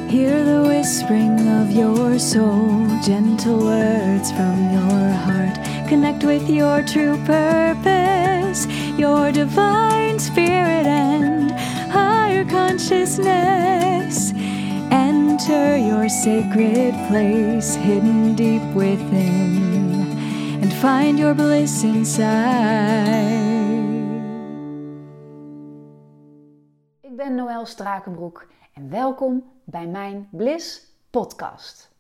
Hear the whispering of your soul, gentle words from your heart. Connect with your true purpose, your divine spirit and higher consciousness. Enter your sacred place, hidden deep within, and find your bliss inside. Ik ben Noël Strakenbroek en welkom bij mijn Bliss podcast.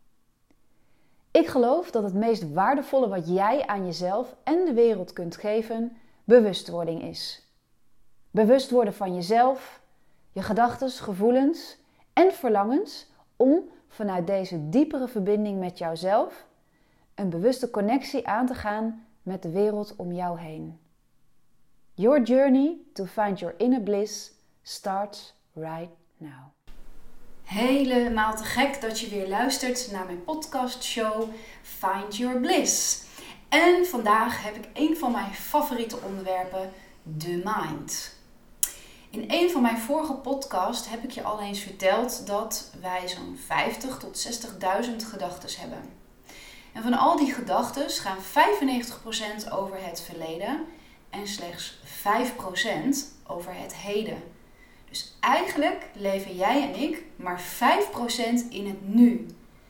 Ik geloof dat het meest waardevolle wat jij aan jezelf en de wereld kunt geven, bewustwording is. Bewust worden van jezelf, je gedachten, gevoelens en verlangens om vanuit deze diepere verbinding met jouzelf een bewuste connectie aan te gaan met de wereld om jou heen. Your journey to find your inner bliss starts right now. Helemaal te gek dat je weer luistert naar mijn podcastshow Find Your Bliss. En vandaag heb ik een van mijn favoriete onderwerpen, de mind. In een van mijn vorige podcasts heb ik je al eens verteld dat wij zo'n 50 tot 60.000 gedachten hebben. En van al die gedachten gaan 95% over het verleden en slechts 5% over het heden. Dus eigenlijk leven jij en ik maar 5% in het nu.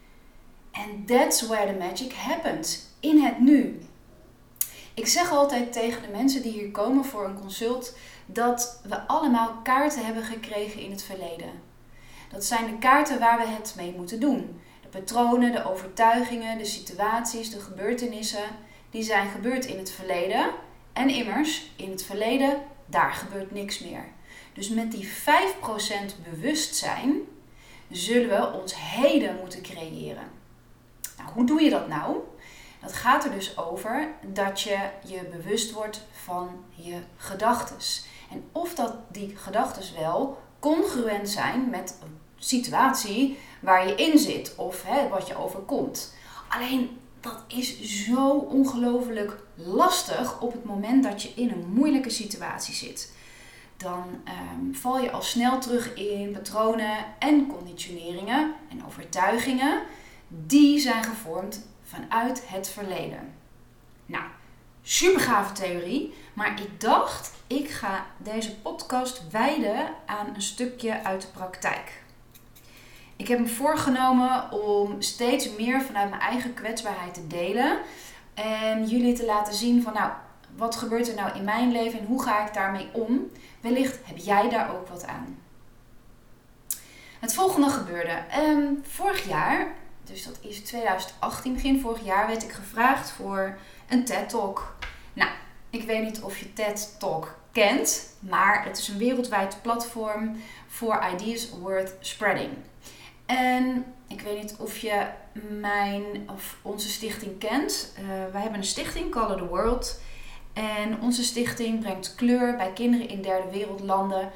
En that's where the magic happens. In het nu. Ik zeg altijd tegen de mensen die hier komen voor een consult dat we allemaal kaarten hebben gekregen in het verleden. Dat zijn de kaarten waar we het mee moeten doen. De patronen, de overtuigingen, de situaties, de gebeurtenissen, die zijn gebeurd in het verleden. En immers, in het verleden, daar gebeurt niks meer. Dus met die 5% bewustzijn zullen we ons heden moeten creëren. Nou, hoe doe je dat nou? Dat gaat er dus over dat je je bewust wordt van je gedachtes. En of dat die gedachtes wel congruent zijn met een situatie waar je in zit of wat je overkomt. Alleen dat is zo ongelooflijk lastig op het moment dat je in een moeilijke situatie zit. Dan val je al snel terug in patronen en conditioneringen en overtuigingen die zijn gevormd vanuit het verleden. Nou, super gave theorie, maar ik dacht ik ga deze podcast wijden aan een stukje uit de praktijk. Ik heb me voorgenomen om steeds meer vanuit mijn eigen kwetsbaarheid te delen en jullie te laten zien van wat gebeurt er nou in mijn leven en hoe ga ik daarmee om? Wellicht heb jij daar ook wat aan. Het volgende gebeurde. Vorig jaar, dus dat is 2018, begin vorig jaar, werd ik gevraagd voor een TED-talk. Nou, ik weet niet of je TED-talk kent, maar het is een wereldwijd platform voor ideas worth spreading. En ik weet niet of je onze stichting kent. Wij hebben een stichting, Color the World. En onze stichting brengt kleur bij kinderen in derde wereldlanden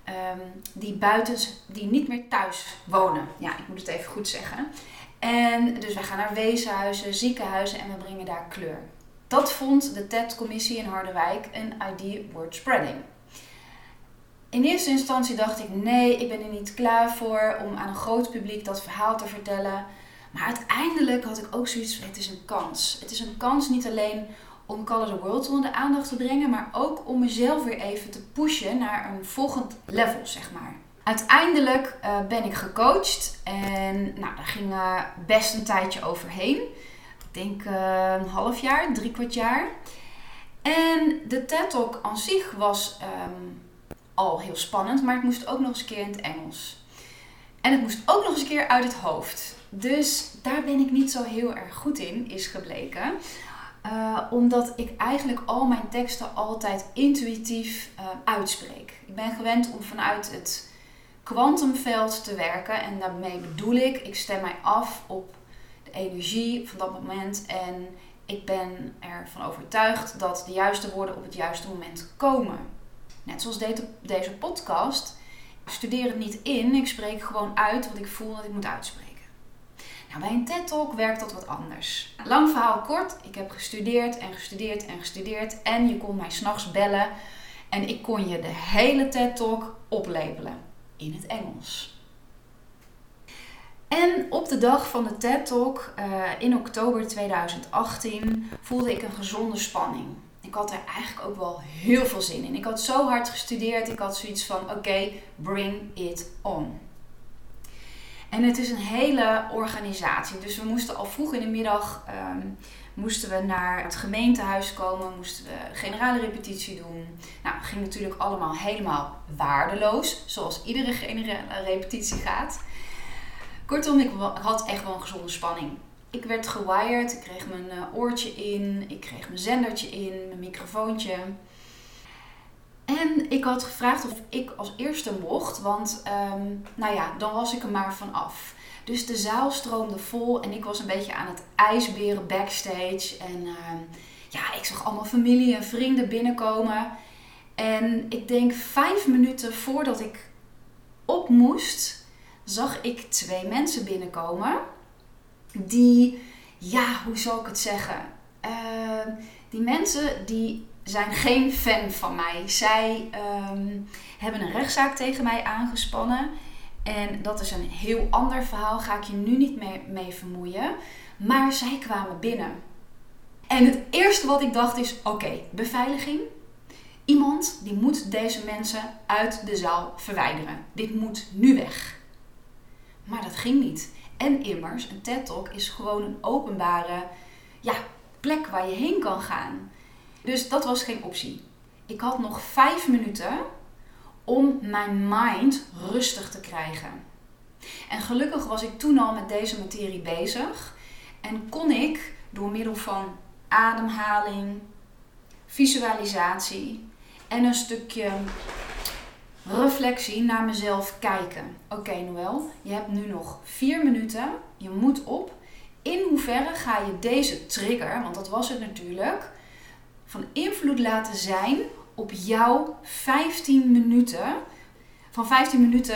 die niet meer thuis wonen. Ja, ik moet het even goed zeggen. En dus wij gaan naar weeshuizen, ziekenhuizen en we brengen daar kleur. Dat vond de TED-commissie in Harderwijk een idea worth spreading. In eerste instantie dacht ik, nee, ik ben er niet klaar voor om aan een groot publiek dat verhaal te vertellen. Maar uiteindelijk had ik ook zoiets van, het is een kans. Het is een kans niet alleen om Color the World onder de aandacht te brengen, maar ook om mezelf weer even te pushen naar een volgend level, zeg maar. Uiteindelijk ben ik gecoacht en daar ging best een tijdje overheen. Ik denk een half jaar, 3/4 jaar. En de TED-talk aan zich was al heel spannend, maar het moest ook nog eens een keer in het Engels. En het moest ook nog eens een keer uit het hoofd. Dus daar ben ik niet zo heel erg goed in, is gebleken. Omdat ik eigenlijk al mijn teksten altijd intuïtief uitspreek. Ik ben gewend om vanuit het kwantumveld te werken. En daarmee bedoel ik stem mij af op de energie van dat moment. En ik ben ervan overtuigd dat de juiste woorden op het juiste moment komen. Net zoals deze podcast. Ik studeer het niet in. Ik spreek gewoon uit wat ik voel dat ik moet uitspreken. Nou, bij een TED-talk werkt dat wat anders. Lang verhaal kort. Ik heb gestudeerd en je kon mij 's nachts bellen. En ik kon je de hele TED-talk oplepelen. In het Engels. En op de dag van de TED Talk in oktober 2018 voelde ik een gezonde spanning. Ik had er eigenlijk ook wel heel veel zin in. Ik had zo hard gestudeerd. Ik had zoiets van oké, bring it on. En het is een hele organisatie. Dus we moesten al vroeg in de middag moesten we naar het gemeentehuis komen. Moesten we generale repetitie doen. Nou, het ging natuurlijk allemaal helemaal waardeloos. Zoals iedere generale repetitie gaat. Kortom, ik had echt wel een gezonde spanning. Ik werd gewired. Ik kreeg mijn oortje in. Ik kreeg mijn zendertje in. Mijn microfoontje. En ik had gevraagd of ik als eerste mocht, want dan was ik er maar van af. Dus de zaal stroomde vol en ik was een beetje aan het ijsberen backstage. En ik zag allemaal familie en vrienden binnenkomen. En ik denk 5 minuten voordat ik op moest, zag ik 2 mensen binnenkomen. Die, hoe zal ik het zeggen? Die mensen die zijn geen fan van mij. Zij hebben een rechtszaak tegen mij aangespannen. En dat is een heel ander verhaal. Ga ik je nu niet mee vermoeien. Maar zij kwamen binnen. En het eerste wat ik dacht is, oké, beveiliging. Iemand die moet deze mensen uit de zaal verwijderen. Dit moet nu weg. Maar dat ging niet. En immers, een TED Talk is gewoon een openbare plek waar je heen kan gaan. Dus dat was geen optie. Ik had nog 5 minuten om mijn mind rustig te krijgen. En gelukkig was ik toen al met deze materie bezig. En kon ik door middel van ademhaling, visualisatie en een stukje reflectie naar mezelf kijken. Oké, Noël, je hebt nu nog 4 minuten. Je moet op. In hoeverre ga je deze trigger, want dat was het natuurlijk, van invloed laten zijn op jouw 15 minuten. Van 15 minuten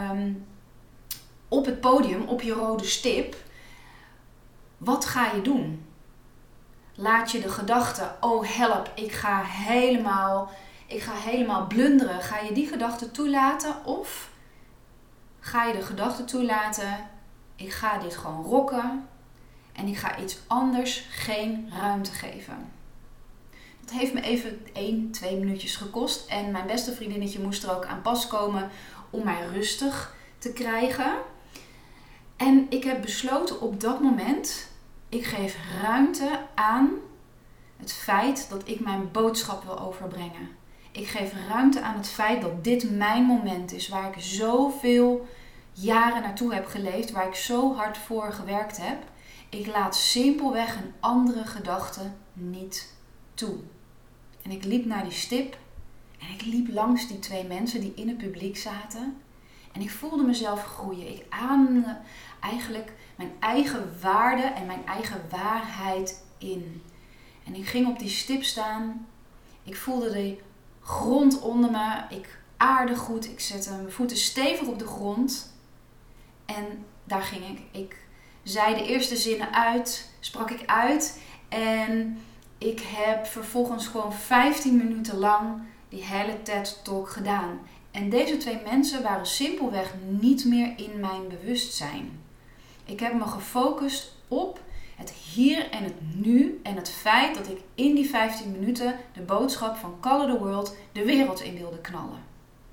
op het podium, op je rode stip. Wat ga je doen? Laat je de gedachte, oh help, ik ga helemaal blunderen. Ga je die gedachte toelaten? Of ga je de gedachte toelaten, ik ga dit gewoon rocken en ik ga iets anders geen ruimte geven. Het heeft me even 1-2 minuutjes gekost. En mijn beste vriendinnetje moest er ook aan pas komen om mij rustig te krijgen. En ik heb besloten op dat moment, ik geef ruimte aan het feit dat ik mijn boodschap wil overbrengen. Ik geef ruimte aan het feit dat dit mijn moment is, waar ik zoveel jaren naartoe heb geleefd, waar ik zo hard voor gewerkt heb. Ik laat simpelweg een andere gedachte niet toe. En ik liep naar die stip en ik liep langs die 2 mensen die in het publiek zaten. En ik voelde mezelf groeien. Ik ademde eigenlijk mijn eigen waarde en mijn eigen waarheid in. En ik ging op die stip staan. Ik voelde de grond onder me. Ik aarde goed. Ik zette mijn voeten stevig op de grond. En daar ging ik. Ik zei de eerste zinnen uit. Sprak ik uit. En ik heb vervolgens gewoon 15 minuten lang die hele TED Talk gedaan. En deze 2 mensen waren simpelweg niet meer in mijn bewustzijn. Ik heb me gefocust op het hier en het nu en het feit dat ik in die 15 minuten de boodschap van Color the World de wereld in wilde knallen.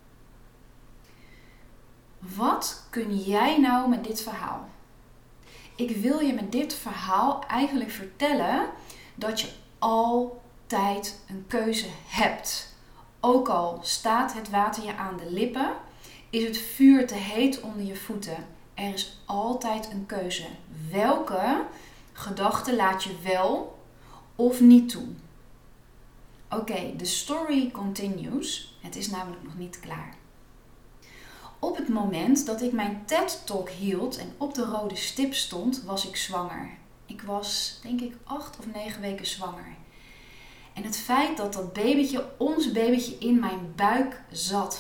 Wat kun jij nou met dit verhaal? Ik wil je met dit verhaal eigenlijk vertellen dat je altijd een keuze hebt. Ook al staat het water je aan de lippen, is het vuur te heet onder je voeten. Er is altijd een keuze. Welke gedachte laat je wel of niet toe? Oké, de story continues. Het is namelijk nog niet klaar. Op het moment dat ik mijn TED Talk hield en op de rode stip stond, was ik zwanger. Ik was, denk ik, 8 of 9 weken zwanger. En het feit dat dat babytje, ons babytje, in mijn buik zat,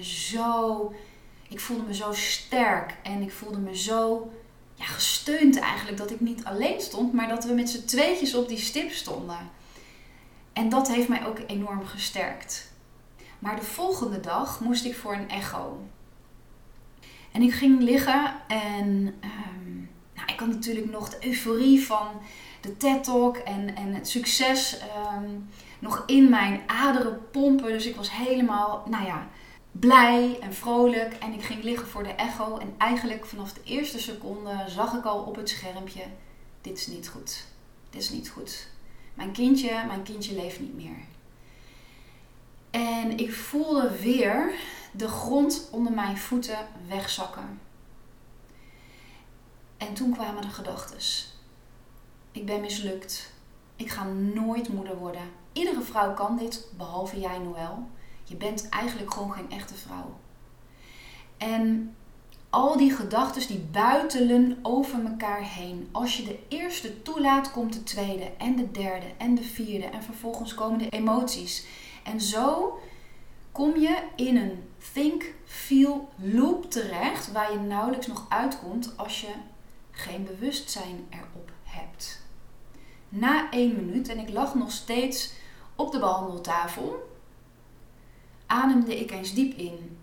ik voelde me zo sterk. En ik voelde me zo gesteund eigenlijk, dat ik niet alleen stond, maar dat we met z'n tweetjes op die stip stonden. En dat heeft mij ook enorm gesterkt. Maar de volgende dag moest ik voor een echo. En ik ging liggen en ik had natuurlijk nog de euforie van de TED Talk en het succes nog in mijn aderen pompen. Dus ik was helemaal blij en vrolijk. En ik ging liggen voor de echo. En eigenlijk vanaf de eerste seconde zag ik al op het schermpje: dit is niet goed. Dit is niet goed. Mijn kindje leeft niet meer. En ik voelde weer de grond onder mijn voeten wegzakken. En toen kwamen de gedachtes. Ik ben mislukt. Ik ga nooit moeder worden. Iedere vrouw kan dit, behalve jij, Noël. Je bent eigenlijk gewoon geen echte vrouw. En al die gedachtes die buitelen over elkaar heen. Als je de eerste toelaat, komt de tweede en de derde en de vierde. En vervolgens komen de emoties. En zo kom je in een think-feel loop terecht, waar je nauwelijks nog uitkomt als je geen bewustzijn erop hebt. Na 1 minuut, en ik lag nog steeds op de behandeltafel, ademde ik eens diep in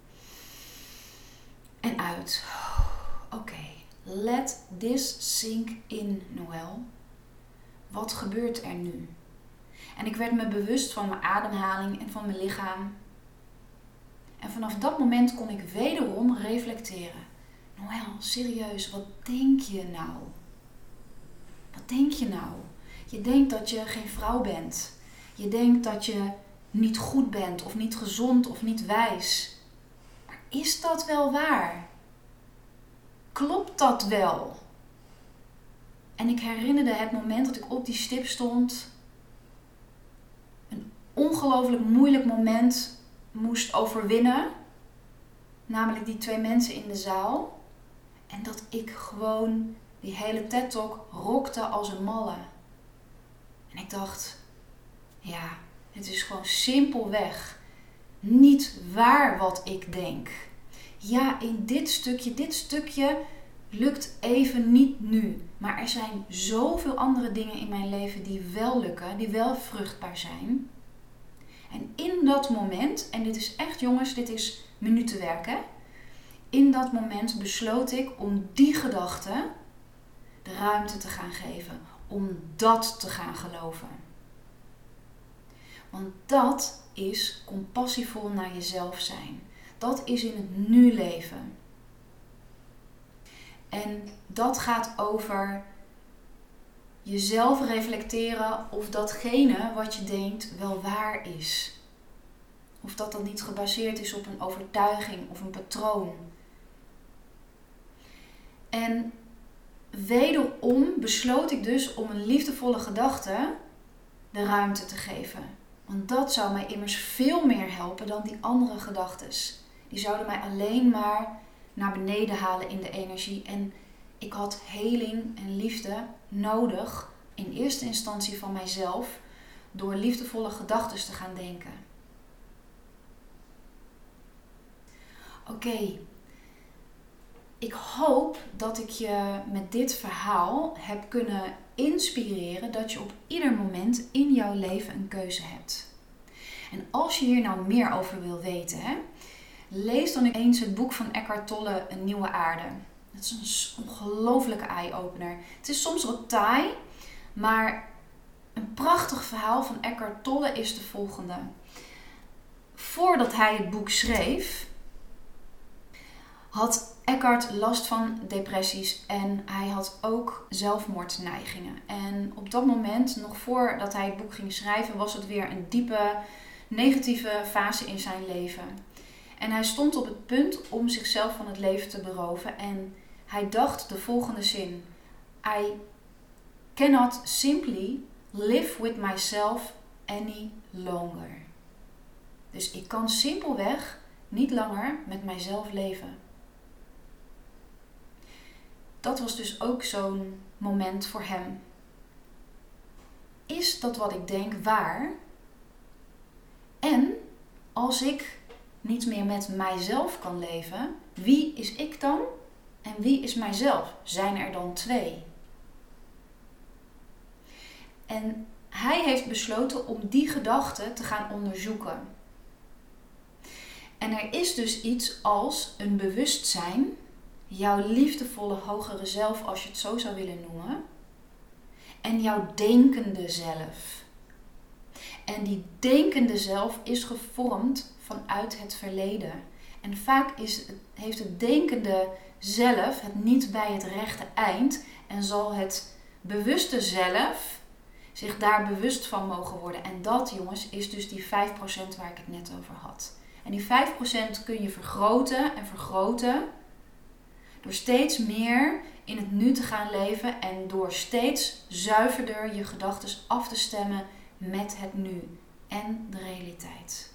en uit. Oké, let this sink in, Noël. Wat gebeurt er nu? En ik werd me bewust van mijn ademhaling en van mijn lichaam. En vanaf dat moment kon ik wederom reflecteren. Noël, serieus, wat denk je nou? Wat denk je nou? Je denkt dat je geen vrouw bent. Je denkt dat je niet goed bent of niet gezond of niet wijs. Maar is dat wel waar? Klopt dat wel? En ik herinnerde het moment dat ik op die stip stond. Een ongelooflijk moeilijk moment moest overwinnen. Namelijk die 2 mensen in de zaal. En dat ik gewoon die hele TED Talk rokte als een malle. En ik dacht, ja, het is gewoon simpelweg niet waar wat ik denk. Ja, in dit stukje lukt even niet nu. Maar er zijn zoveel andere dingen in mijn leven die wel lukken, die wel vruchtbaar zijn. En in dat moment, en dit is echt jongens, dit is minutenwerk hè. In dat moment besloot ik om die gedachte de ruimte te gaan geven. Om dat te gaan geloven. Want dat is compassievol naar jezelf zijn. Dat is in het nu leven. En dat gaat over jezelf reflecteren of datgene wat je denkt wel waar is. Of dat niet gebaseerd is op een overtuiging of een patroon. En wederom besloot ik dus om een liefdevolle gedachte de ruimte te geven. Want dat zou mij immers veel meer helpen dan die andere gedachtes. Die zouden mij alleen maar naar beneden halen in de energie. En ik had heling en liefde nodig, in eerste instantie van mijzelf, door liefdevolle gedachtes te gaan denken. Oké. Ik hoop dat ik je met dit verhaal heb kunnen inspireren dat je op ieder moment in jouw leven een keuze hebt. En als je hier nou meer over wil weten, lees dan eens het boek van Eckhart Tolle, Een Nieuwe Aarde. Dat is een ongelofelijke eye-opener. Het is soms wat taai, maar een prachtig verhaal van Eckhart Tolle is de volgende. Voordat hij het boek schreef, had Eckhart last van depressies en hij had ook zelfmoordneigingen. En op dat moment, nog voordat hij het boek ging schrijven, was het weer een diepe, negatieve fase in zijn leven. En hij stond op het punt om zichzelf van het leven te beroven en hij dacht de volgende zin: I cannot simply live with myself any longer. Dus ik kan simpelweg niet langer met mijzelf leven. Dat was dus ook zo'n moment voor hem. Is dat wat ik denk waar? En als ik niet meer met mijzelf kan leven, wie is ik dan en wie is mijzelf? Zijn er dan 2? En hij heeft besloten om die gedachte te gaan onderzoeken. En er is dus iets als een bewustzijn jouw liefdevolle hogere zelf, als je het zo zou willen noemen, en jouw denkende zelf. En die denkende zelf is gevormd vanuit het verleden. En vaak heeft het denkende zelf het niet bij het rechte eind en zal het bewuste zelf zich daar bewust van mogen worden. En dat, jongens, is dus die 5% waar ik het net over had. En die 5% kun je vergroten en vergroten door steeds meer in het nu te gaan leven en door steeds zuiverder je gedachten af te stemmen met het nu en de realiteit.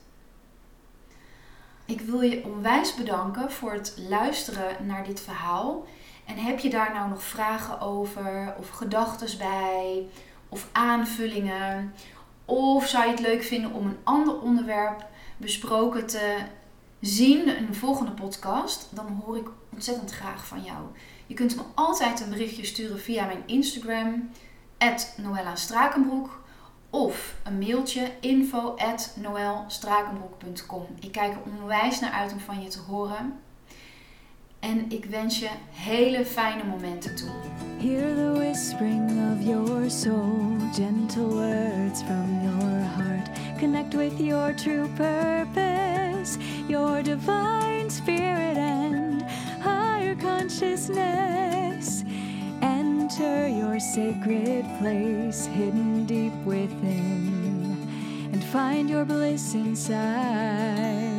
Ik wil je onwijs bedanken voor het luisteren naar dit verhaal. En heb je daar nou nog vragen over of gedachten bij of aanvullingen? Of zou je het leuk vinden om een ander onderwerp besproken te zien in een volgende podcast? Dan hoor ik ontzettend graag van jou. Je kunt me altijd een berichtje sturen via mijn Instagram @noellastrakenbroek of een mailtje info@noelstrakenbroek.com. Ik kijk er onwijs naar uit om van je te horen. En ik wens je hele fijne momenten toe. Hear the whispering of your soul, gentle words from your heart. Connect with your true purpose, your divine spirit and higher consciousness. Enter your sacred place, hidden deep within, and find your bliss inside.